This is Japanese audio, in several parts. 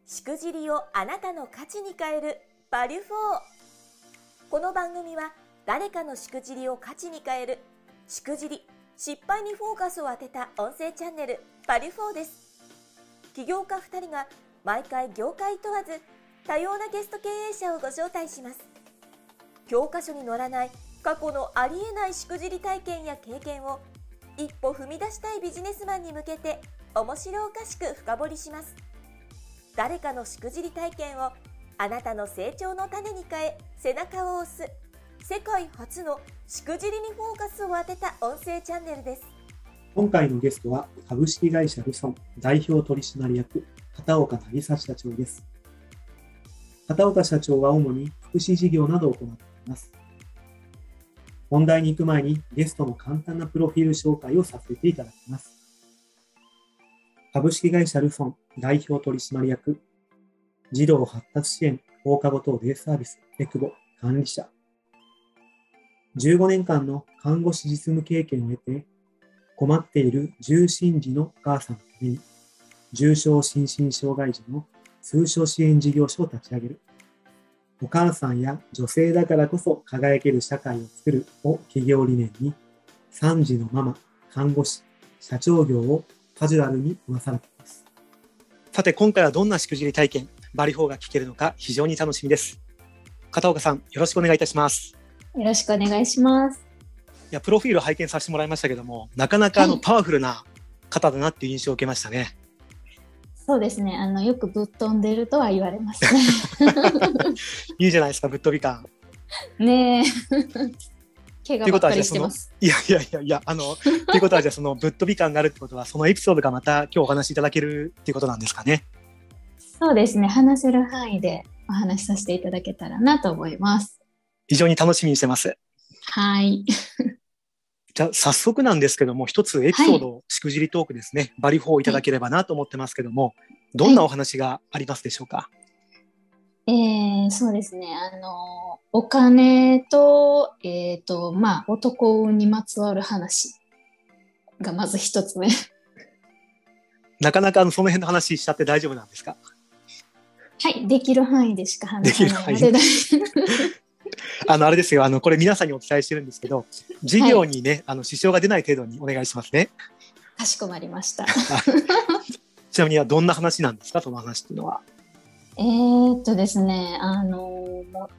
しくじりをあなたの価値に変えるバリュフォー。この番組は誰かのしくじりを価値に変えるしくじり失敗にフォーカスを当てた音声チャンネルバリュフォーです。起業家2人が毎回業界問わず多様なゲスト経営者をご招待します。教科書に載らない過去のありえないしくじり体験や経験を一歩踏み出したいビジネスマンに向けて面白おかしく深掘りします。誰かのしくじり体験をあなたの成長の種に変え背中を押す世界初のしくじりにフォーカスを当てた音声チャンネルです。 今回のゲストは株式会社ルソン代表取締役片岡渚社長です。片岡社長は主に福祉事業などを行っています。本題に行く前にゲストの簡単なプロフィール紹介をさせていただきます。株式会社ルソン代表取締役、児童発達支援放課後等デイサービスエクボ管理者、15年間の看護師実務経験を得て、困っている重心児のお母さんのために、重症心身障害児の通所支援事業所を立ち上げる。お母さんや女性だからこそ輝ける社会を作るを企業理念に、3児のママ、看護師、社長業をカジュアルにこなされています。さて、今回はどんなしくじり体験、バリフォーが聞けるのか非常に楽しみです。片岡さん、よろしくお願いいたします。 よろしくお願いします。 いや、プロフィールを拝見させてもらいましたけども、なかなかパワフルな方だなっていう印象を受けましたね。 そうですね。よくぶっ飛んでるとは言われますね。 いいじゃないですか、ぶっ飛び感。 ねえ。怪我ばっかりしてます。 ということはじゃあそのぶっ飛び感があるってことは、そのエピソードがまた今日お話しいただけるっていうことなんですかね。 そうですね。話せる範囲でお話しさせていただけたらなと思います。 非常に楽しみにしてます。 はい。 じゃあ早速なんですけども、一つエピソード、しくじりトークですね、バリフォーいただければなと思ってますけども、どんなお話がありますでしょうか。 そうですね。お金と、男運にまつわる話がまず一つ目。 なかなかその辺の話しちゃって大丈夫なんですか。 はい、できる範囲でしか話さないので大丈夫。 あれですよ、これ皆さんにお伝えしてるんですけど、事業にね、支障が出ない程度にお願いしますね。 かしこまりました。 ちなみにどんな話なんですか、その話っていうのは。 ですね、もう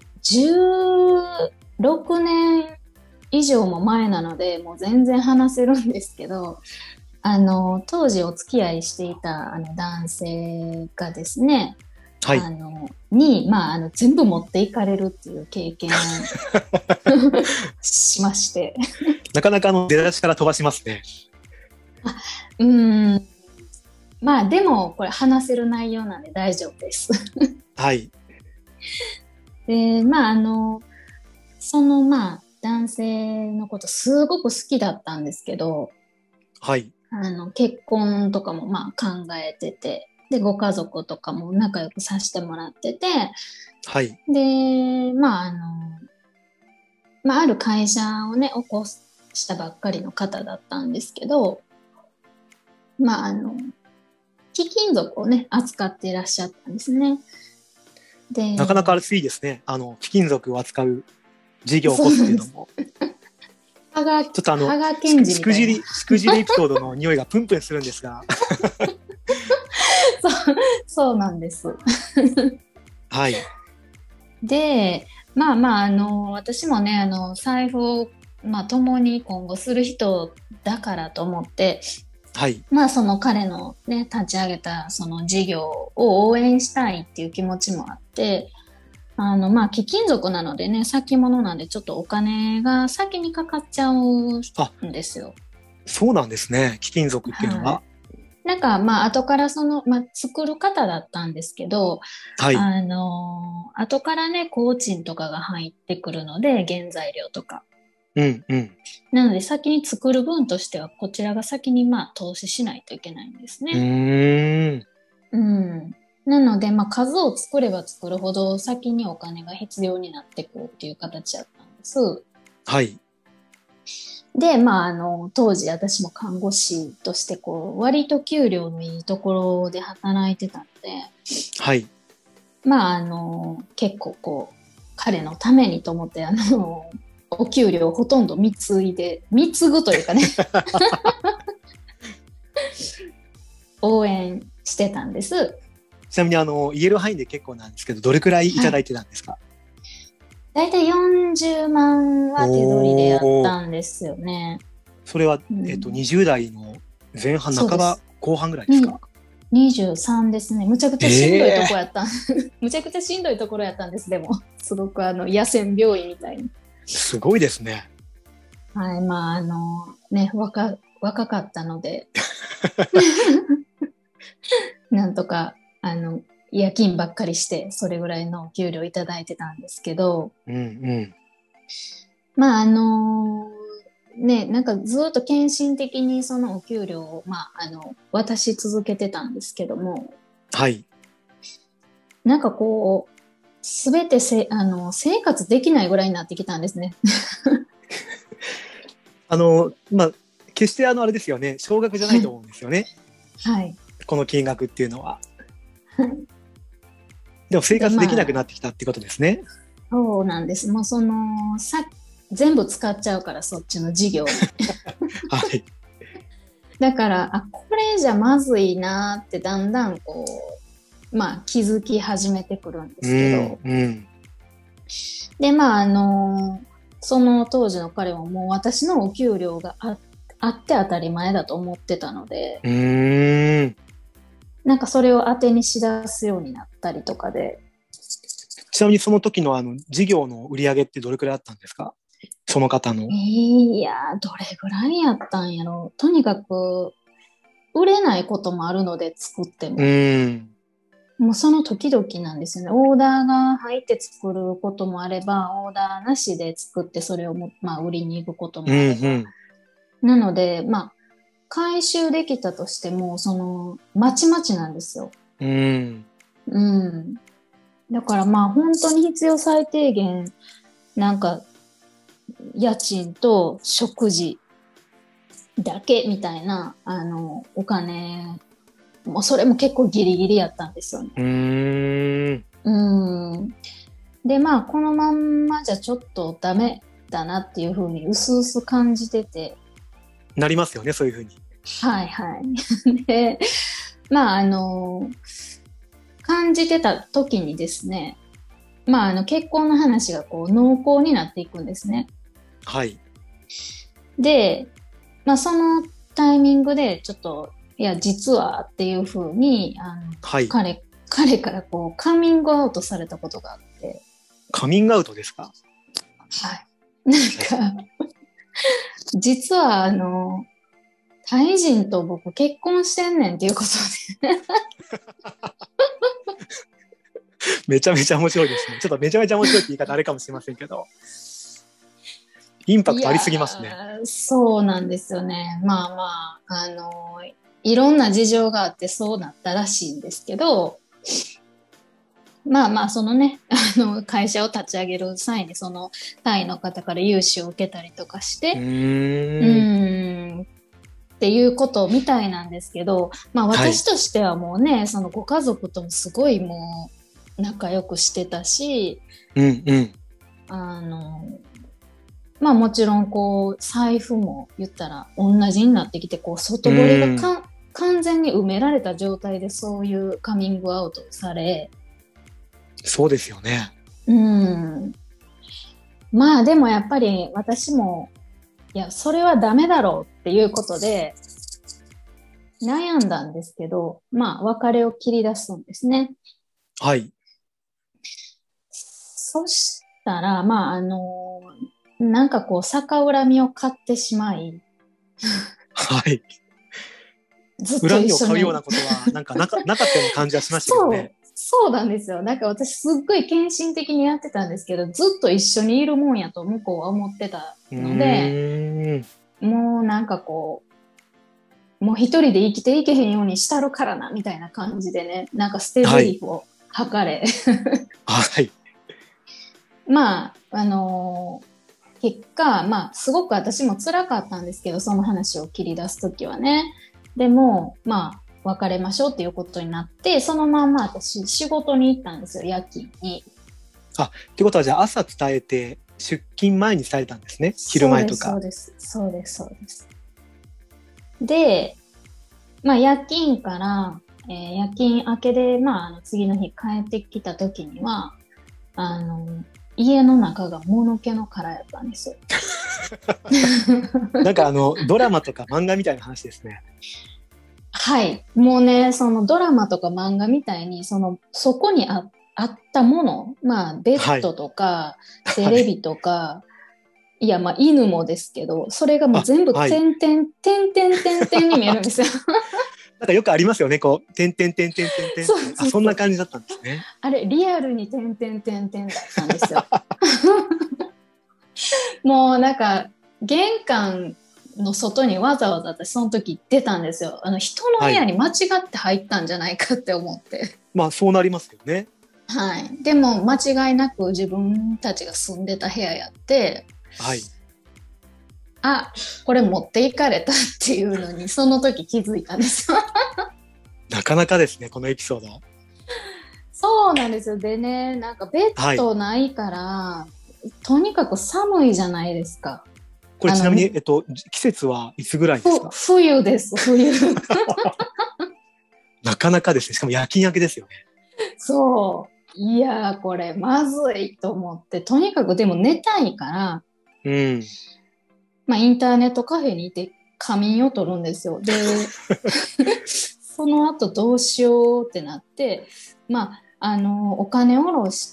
16年以上も前なので、もう全然話せるんですけど、当時お付き合いしていた男性がですね、 はい、 全部持っていかれるっていう経験をしまして。 なかなか出だしから飛ばしますね。 でもこれ話せる内容なんで大丈夫です。 はい。 で、その男性のことすごく好きだったんですけど、 はい。 結婚とかも考えてて、でご家族とかも仲良くさせてもらってて、 はい。 である会社をね起こしたばっかりの方だったんですけど、貴金属をね扱っていらっしゃったんですね。で、 なかなかいいですね。貴金属を扱う事業を起こすっていうのも。ちょっとしくじりエピソードの匂いがプンプンするんですが。 そうなんです。 はい。 で、私もね財布を共に今後する人だからと思って。 はい、 その彼のね立ち上げたその事業を応援したいっていう気持ちもあって、貴金属なのでね、先物なんでちょっとお金が先にかかっちゃうんですよ。 そうなんですね、貴金属っていうのは。 後から作る方だったんですけど、 はい、 後からね工賃とかが入ってくるので、原材料とか。なので先に作る分としてはこちらが先に投資しないといけないんですね。なので数を作れば作るほど先にお金が必要になってくるっていう形だったんです。 はい。 で、当時私も看護師としてこう割と給料のいいところで働いてたので、 はい。 結構こう彼のためにと思ってお給料をほとんど貢ぐというかね応援してたんです。 ちなみに言える範囲で結構なんですけど、どれくらいいただいてたんですか？ だいたい40万は手取りでやったんですよね。 それは、20代の前半半ば後半ぐらいですか ？23ですね。むちゃくちゃしんどいとこやった、むちゃくちゃしんどいところやったんです。でもすごく野戦病院みたいに。 すごいですね。 はい、ね、若かったのでなんとか夜勤ばっかりしてそれぐらいのお給料いただいてたんですけど、ね、なんかずっと献身的にそのお給料を、渡し続けてたんですけども、 はい。 なんかこう全て生活できないぐらいになってきたんですね。 決してあれですよね、少額じゃないと思うんですよね。 はい。 この金額っていうのは。でも生活できなくなってきたってことですね。 そうなんです。もう全部使っちゃうからそっちの事業に。 はい。でだからこれじゃまずいなってだんだんこう気づき始めてくるんですけど、でその当時の彼はもう私のお給料があって当たり前だと思ってたので、なんかそれを当てにしだすようになったりとかで。 ちなみにその時の事業の売り上げってどれくらいあったんですか？その方の。 いやどれぐらいやったんやろ。とにかく売れないこともあるので作っても。もうその時々なんですよね。オーダーが入って作ることもあれば、オーダーなしで作ってそれを売りに行くこともあれば。なので、回収できたとしても、まちまちなんですよ。だから本当に必要最低限、なんか、家賃と食事だけみたいな、お金、もうそれも結構ギリギリやったんですよね。で、このまんまじゃちょっとダメだなっていうふうに薄々感じてて。 なりますよね、そういうふうに。 はいはい。で、感じてた時にですね、結婚の話がこう濃厚になっていくんですね。 はい。 で、そのタイミングでちょっと、いや、実はっていうふうに、 はい、 彼からこうカミングアウトされたことがあって。 カミングアウトですか？ はい。なんか、実はタイ人と僕結婚してんねんっていうことで。 めちゃめちゃ面白いですね。ちょっとめちゃめちゃ面白いって言い方あれかもしれませんけど。インパクトありすぎますね。 そうなんですよね。いろんな事情があってそうなったらしいんですけど、そのね、会社を立ち上げる際にそのタイの方から融資を受けたりとかして、っていうことみたいなんですけど、私としてはもうね、そのご家族ともすごいもう仲良くしてたし、もちろんこう財布も言ったら同じになってきて、こう外堀が完全に埋められた状態でそういうカミングアウトされ。 そうですよね。 でもやっぱり私もいやそれはダメだろうっていうことで悩んだんですけど、別れを切り出すんですね。 はい。 そしたらなんかこう逆恨みを買ってしまいはい。恨みを買うようなことはなかったような感じはしましたけどね。 そうなんですよ。なんか私すっごい献身的にやってたんですけど、ずっと一緒にいるもんやと向こうは思ってたので、もうなんかこう、もう一人で生きていけへんようにしたるからなみたいな感じでね、なんか捨て台詞を吐かれ、 はい。 結果、まあ、すごく私も辛かったんですけど、その話を切り出すときはね。でも、まあ、別れましょうっていうことになって、そのまんま私、仕事に行ったんですよ、夜勤に。 ってことは、じゃあ朝伝えて、出勤前に伝えたんですね。昼前とか。 そうです。で、まあ、夜勤から、夜勤明けで、まあ、次の日帰ってきた時には、家の中がものけの殻やったんですよ。 なんかドラマとか漫画みたいな話ですね。 はい。もうね、そのドラマとか漫画みたいに、そこにあったもの、まあ、ベッドとか、テレビとか、いや、まあ、犬もですけど、それがもう全部、点々に見えるんですよ。 なんかよくありますよね、こう、点々。そんな感じだったんですね。 あれ、リアルに点々だったんですよ。もうなんか、玄関の外にわざわざ私その時出たんですよ。人の部屋に間違って入ったんじゃないかって思って。 まあ、そうなりますよね。 はい。でも、間違いなく自分たちが住んでた部屋やって、 はい。 これ持っていかれたっていうのにその時気づいたんですよ。 なかなかですね、このエピソード。 そうなんですよ。でね、なんかベッドないから、とにかく寒いじゃないですか。 これちなみに、季節はいつぐらいですか？ 冬です、冬。 なかなかですね。しかも夜勤明けですよね。 そう。いやー、これまずいと思って、とにかくでも寝たいから、まあ、インターネットカフェにいて仮眠を取るんですよ。で、その後どうしようってなって、まあ、お金を下ろして、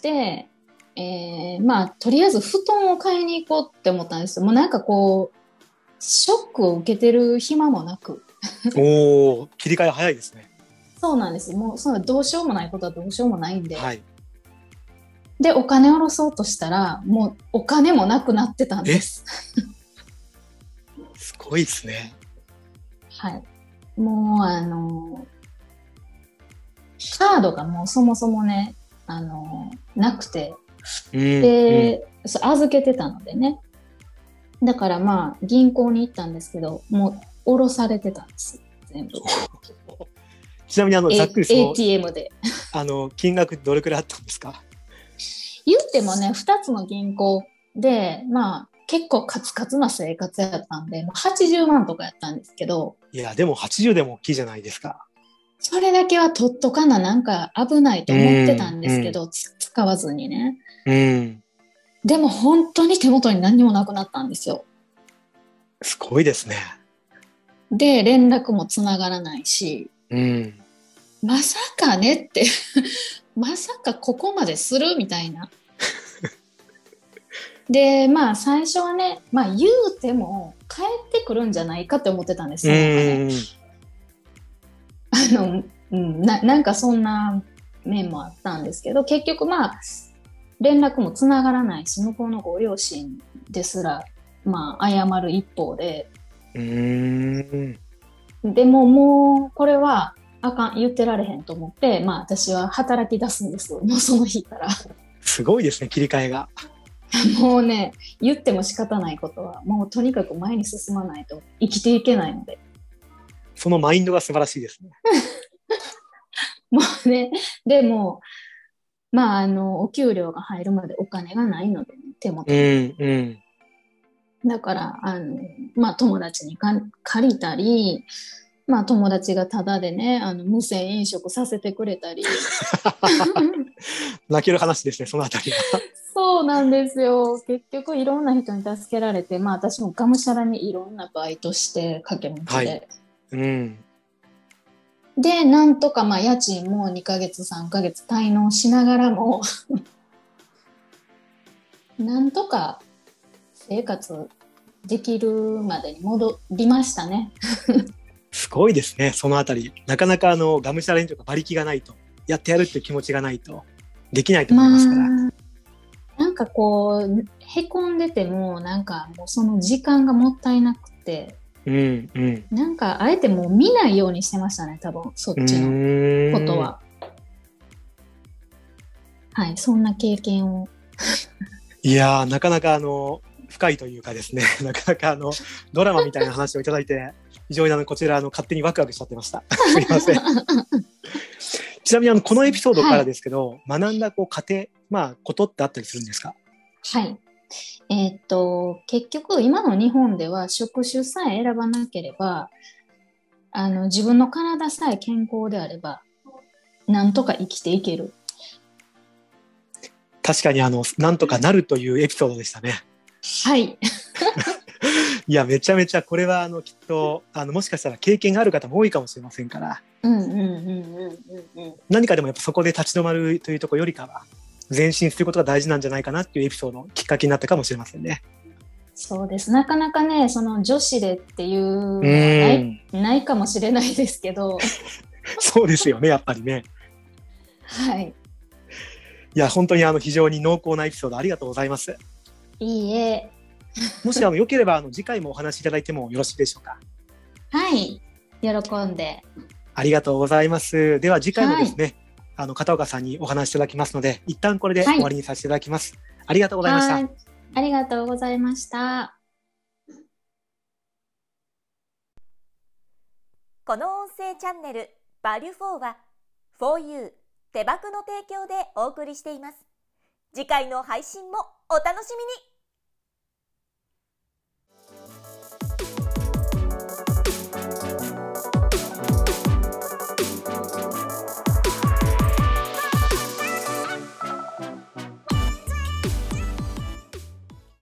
まあ、とりあえず布団を買いに行こうって思ったんですよ。もうなんかこう、ショックを受けてる暇もなく。 おー、切り替え早いですね。 そうなんです。もうどうしようもないことはどうしようもないんで。はい、で、お金を下ろそうとしたら、もうお金もなくなってたんです。 すごいですね。 はい。もうカードがもうそもそもね、なくて、で、預けてたのでね。だからまあ、銀行に行ったんですけど、もう下ろされてたんです、全部。 ちなみにざっくり ATM で。 金額どれくらいあったんですか？ 言ってもね、2つの銀行で、まあ、結構カツカツな生活やったんで、80万とかやったんですけど。 いや、でも80でも大きいじゃないですか。 それだけは取っとかな、なんか危ないと思ってたんですけど、使わずにね。でも本当に手元に何にもなくなったんですよ。 すごいですね。 で、連絡もつながらないし、まさかねってまさかここまでするみたいな。で、まあ最初はね、まあ言うても帰ってくるんじゃないかって思ってたんですよ。なんかそんな面もあったんですけど、結局まあ連絡もつながらないし、向こうのご両親ですらまあ謝る一方で、でももうこれはあかん、言ってられへんと思って、まあ私は働き出すんですよ、もうその日から。 すごいですね、切り替えが。 もうね、言っても仕方ないことは、もうとにかく前に進まないと生きていけないので。 そのマインドが素晴らしいですね。 もうね、でも、まあお給料が入るまでお金がないので、ね、手元に。だからまあ友達に借りたり、まあ友達がタダでね、無銭飲食させてくれたり。 泣ける話ですね、そのあたりは。 そうなんですよ。結局いろんな人に助けられて、まあ私もがむしゃらにいろんなバイトして掛け持ちで。で、なんとかまあ家賃も2ヶ月3ヶ月滞納しながらもなんとか生活できるまでに戻りましたね。 すごいですね、そのあたり。なかなかがむしゃらにとか馬力がないと、やってやるっていう気持ちがないとできないと思いますから。 なんかこうへこんでてもなんかもうその時間がもったいなくて、なんかあえてもう見ないようにしてましたね、多分そっちのことは。はい、そんな経験を。 いやー、なかなか深いというかですね、なかなかドラマみたいな話をいただいて、非常にこちら勝手にワクワクしちゃってました。すみません。ちなみにこのエピソードからですけど、はい、学んだ家庭、ことってあったりするんですか？ はい。結局今の日本では職種さえ選ばなければ、自分の体さえ健康であれば、なんとか生きていける。 確かになんとかなるというエピソードでしたね。 はい。 いや、めちゃめちゃこれはきっともしかしたら経験がある方も多いかもしれませんから、何かでもやっぱそこで立ち止まるというところよりかは前進することが大事なんじゃないかなっていうエピソードきっかけになったかもしれませんね。 そうです。なかなかね、その女子でっていうのはないかもしれないですけどそうですよね、やっぱりね。 はい。 いや、本当に非常に濃厚なエピソードありがとうございます。 いいえ。 もしよければ次回もお話しいただいてもよろしいでしょうか？ はい、喜んで。 ありがとうございます。では次回もですね、片岡さんにお話しいただきますので、一旦これで終わりにさせていただきます。ありがとうございました。 ありがとうございました。 この音声チャンネルバリュフォーは 4U 手箱の提供でお送りしています。次回の配信もお楽しみに。